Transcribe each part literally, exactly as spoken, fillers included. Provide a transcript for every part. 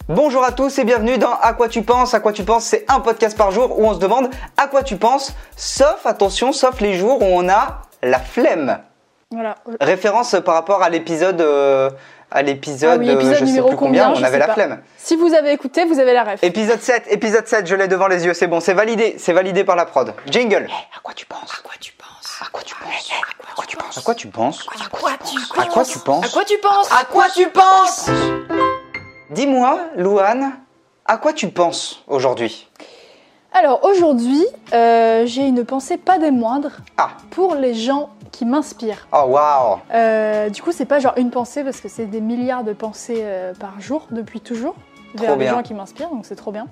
Bonjour à tous et bienvenue dans À quoi tu penses. À quoi tu penses, c'est un podcast par jour où on se demande à quoi tu penses, sauf, attention, sauf les jours où on a la flemme. Voilà. Référence par rapport à l'épisode, euh, à l'épisode, ah oui, épisode euh, je numéro sais plus combien, combien on avait la pas. flemme. Si vous avez écouté, vous avez la ref. Épisode sept, épisode sept, je l'ai devant les yeux, c'est bon, c'est validé, c'est validé par la prod. Jingle. Hey, à quoi tu penses? À quoi tu penses? À quoi tu penses? Hey, hey, à quoi tu penses? À quoi tu penses? À quoi tu penses? À quoi tu penses? À quoi tu penses? À quoi tu penses? Dis-moi, Louane, à quoi tu penses aujourd'hui? Alors aujourd'hui, euh, j'ai une pensée pas des moindres Ah. pour les gens qui m'inspirent. Oh waouh. Euh, du coup, c'est pas genre une pensée parce que c'est des milliards de pensées euh, par jour depuis toujours vers Trop les bien. gens qui m'inspirent, donc c'est trop bien.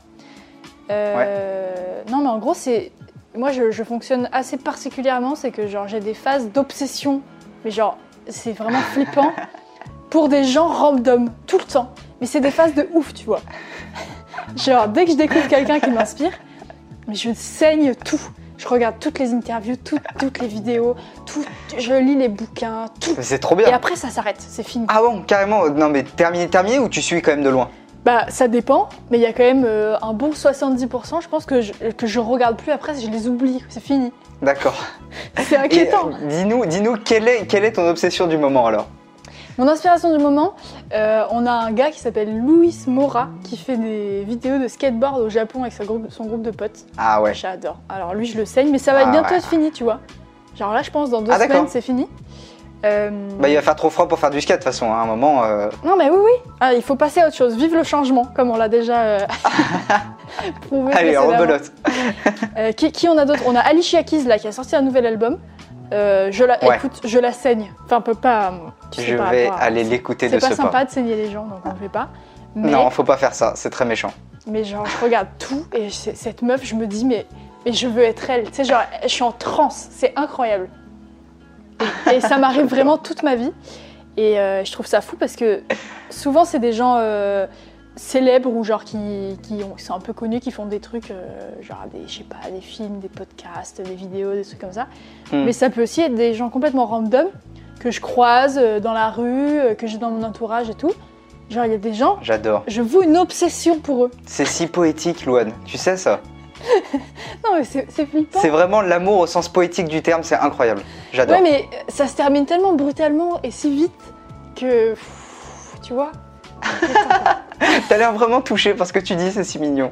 Euh, Non, mais en gros, c'est moi je, je fonctionne assez particulièrement, c'est que genre j'ai des phases d'obsession, mais genre c'est vraiment flippant pour des gens random tout le temps. Mais c'est des phases de ouf, tu vois. Genre dès que je découvre quelqu'un qui m'inspire, mais je saigne tout. Je regarde toutes les interviews, toutes, toutes les vidéos, tout, je lis les bouquins, tout. Mais c'est trop bien. Et après, ça s'arrête, c'est fini. Ah bon, carrément. Non mais terminé, terminé ou tu suis quand même de loin? Bah, ça dépend, mais il y a quand même euh, un bon soixante-dix pour cent, je pense, que je, que je regarde plus après, je les oublie, c'est fini. D'accord. C'est Et inquiétant. euh, dis-nous, dis-nous quelle est, quelle est ton obsession du moment alors? Mon inspiration du moment, euh, on a un gars qui s'appelle Luis Mora, qui fait des vidéos de skateboard au Japon avec sa groupe, son groupe de potes. Ah ouais. J'adore. Alors lui, je le saigne, mais ça va Ah bientôt ouais. être fini, tu vois. Genre là, je pense, dans deux Ah, d'accord. semaines, c'est fini. Euh, Bah il va faire trop froid pour faire du skate de toute façon, hein, à un moment. euh, Non mais oui, oui. Ah, il faut passer à autre chose. Vive le changement, comme on l'a déjà euh, prouvé Allez, précédemment. rebelote. Euh, qui, qui on a d'autres? On a Alicia Keys là qui a sorti un nouvel album. Euh, je la, Ouais. écoute, je la saigne. Enfin, on peut pas. Tu sais, Je par vais rapport à- aller l'écouter de C'est pas ce sympa pas. de saigner les gens, donc on le fait pas. Mais, Non, faut pas faire ça, c'est très méchant. mais genre, je regarde tout et c'est- cette meuf, je me dis, mais, mais je veux être elle. Tu sais, genre, je suis en transe. C'est incroyable. Et, et ça m'arrive vraiment toute ma vie. Et euh, je trouve ça fou parce que souvent, c'est des gens euh, célèbres ou genre qui, qui, ont- qui sont un peu connus, qui font des trucs, euh, genre des, je sais pas, des films, des podcasts, des vidéos, des trucs comme ça. Hmm. Mais ça peut aussi être des gens complètement random que je croise euh, dans la rue, euh, que j'ai dans mon entourage et tout. Genre, il y a des gens, J'adore. je voue une obsession pour eux. C'est si poétique, Louane. Tu sais ça? Non, mais c'est c'est flippant. C'est vraiment l'amour au sens poétique du terme, c'est incroyable. J'adore. Ouais, mais ça se termine tellement brutalement et si vite que. pff, Tu vois? T'as l'air vraiment touché par ce que tu dis, c'est si mignon.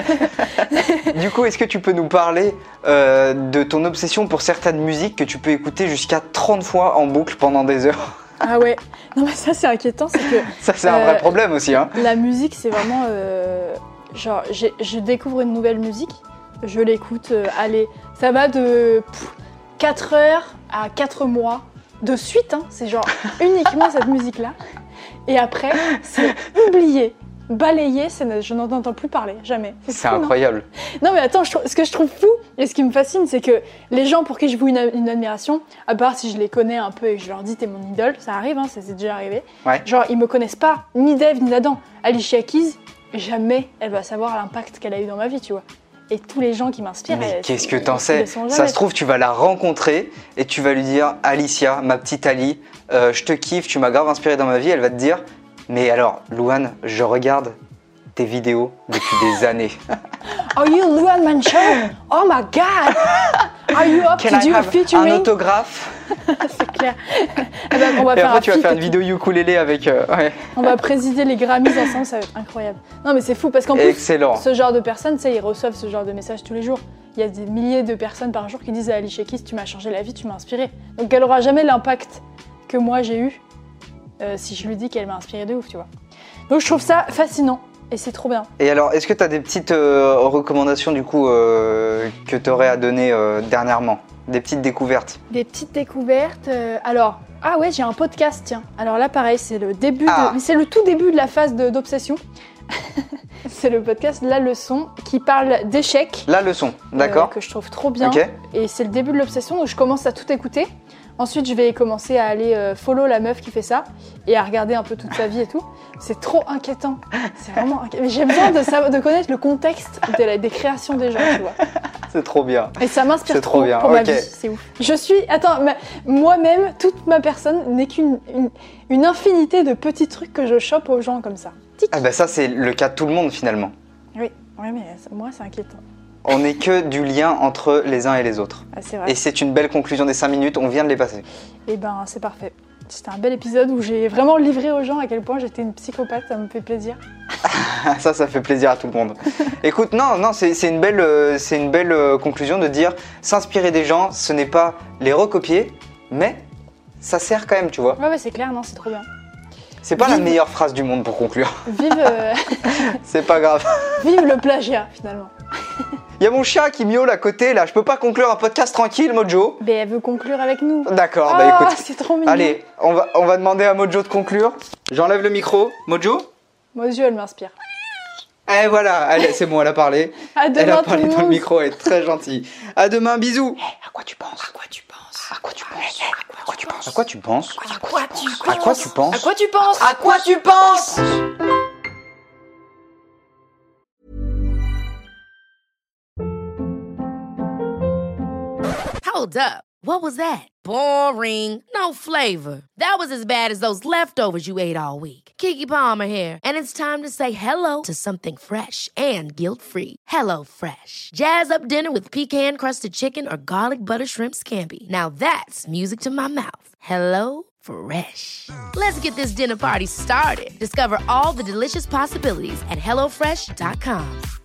Du coup, est-ce que tu peux nous parler euh, de ton obsession pour certaines musiques que tu peux écouter jusqu'à trente fois en boucle pendant des heures? Ah ouais. Non, mais ça, c'est inquiétant, c'est que Ça, c'est un Euh, vrai problème aussi, hein. la musique, c'est vraiment. euh, genre, j'ai- je découvre une nouvelle musique, je l'écoute, euh, allez, ça va de pff, quatre heures à quatre mois de suite, hein, c'est genre uniquement cette musique-là. Et après, c'est oublié, balayé, c'est- je n'en entends plus parler, jamais. C'est fou, non incroyable. Non mais attends, je trou- ce que je trouve fou et ce qui me fascine, c'est que les gens pour qui je voue une, une admiration, à part si je les connais un peu et que je leur dis t'es mon idole, ça arrive, hein, ça s'est déjà arrivé. Ouais. Genre ils me connaissent pas, ni Dave ni Adam. Alicia Keys, jamais elle va savoir l'impact qu'elle a eu dans ma vie, tu vois. Et tous les gens qui m'inspirent, Mais elles- qu'est-ce que ils- t'en ils sais? le sont Ça jamais. se trouve, tu vas la rencontrer et tu vas lui dire Alicia, ma petite Ali, euh, je te kiffe, tu m'as grave inspiré dans ma vie. Elle va te dire mais alors, Louane, je regarde tes vidéos depuis des années. Are you Luan Manchon? Oh my god! Are you up Can to I do a have un featuring? autographe? C'est clair. Eh ben, on va Et faire après, un tu vas feat faire et une tout. vidéo ukulélé avec. euh, ouais. On va présider les Grammys ensemble, ça va être incroyable. Non mais c'est fou parce qu'en plus, Excellent. ce genre de personnes, tu sais, ils reçoivent ce genre de messages tous les jours. Il y a des milliers de personnes par jour qui disent à Alicia Keys, tu m'as changé la vie, tu m'as inspiré. Donc elle aura jamais l'impact que moi j'ai eu euh, si je lui dis qu'elle m'a inspiré de ouf, tu vois. Donc je trouve ça fascinant et c'est trop bien. Et alors, est-ce que tu as des petites euh, recommandations du coup euh, que tu aurais à donner euh, dernièrement? Des petites découvertes? Des petites découvertes. euh, alors, ah ouais, j'ai un podcast, tiens. Alors là, pareil, c'est le début, Ah. de, c'est le tout début de la phase de- d'obsession. C'est le podcast La Leçon qui parle d'échecs. La leçon, d'accord? euh, que je trouve trop bien. Ok. Et c'est le début de l'obsession, donc je commence à tout écouter. Ensuite, je vais commencer à aller euh, follow la meuf qui fait ça et à regarder un peu toute sa vie et tout. C'est trop inquiétant. C'est vraiment inquiétant. Mais j'ai besoin de, savoir- de connaître le contexte de la- des créations des gens, tu vois. C'est trop bien. Et ça m'inspire C'est trop trop, bien, pour ma ok. vie, c'est ouf. Je suis, attends, ma- moi-même, toute ma personne n'est qu'une une, une infinité de petits trucs que je chope aux gens comme ça. tic. Ah bah ça, c'est le cas de tout le monde finalement. Oui, oui, mais ça- moi, c'est inquiétant. On n'est que du lien entre les uns et les autres. Ah, c'est vrai. Et c'est une belle conclusion des cinq minutes, on vient de les passer. Et ben, c'est parfait. C'était un bel épisode où j'ai vraiment livré aux gens à quel point j'étais une psychopathe, ça me fait plaisir. Ça, ça fait plaisir à tout le monde. Écoute, non, non, c'est c'est une belle, euh, c'est une belle euh, conclusion de dire s'inspirer des gens, ce n'est pas les recopier, mais ça sert quand même, tu vois. Ouais, ouais, c'est clair, non, c'est trop bien. C'est pas la Vive- meilleure phrase du monde pour conclure. Vive, euh, C'est pas grave. vive le plagiat, finalement. Il y a mon chat qui miaule à côté là, je peux pas conclure un podcast tranquille, Mojo. Mais elle veut conclure avec nous. D'accord, Ah, bah écoute. c'est trop mignon. Allez, on va, on va demander à Mojo de conclure. J'enlève le micro. Mojo. Moi, aux yeux, elle m'inspire. Eh voilà, elle- c'est bon, elle a parlé. À Elle demain, a tout parlé le dans le monde. micro, elle est très gentille. À demain, bisous. À quoi tu penses À quoi tu penses À quoi tu penses À quoi tu penses À quoi tu penses À quoi tu penses À quoi tu penses À quoi tu penses À quoi tu penses Hold up. What was that? Boring. No flavor. That was as bad as those leftovers you ate all week. Keke Palmer here, and it's time to say hello to something fresh and guilt-free. Hello Fresh. Jazz up dinner with pecan-crusted chicken or garlic butter shrimp scampi. Now that's music to my mouth. Hello Fresh. Let's get this dinner party started. Discover all the delicious possibilities at hello fresh dot com.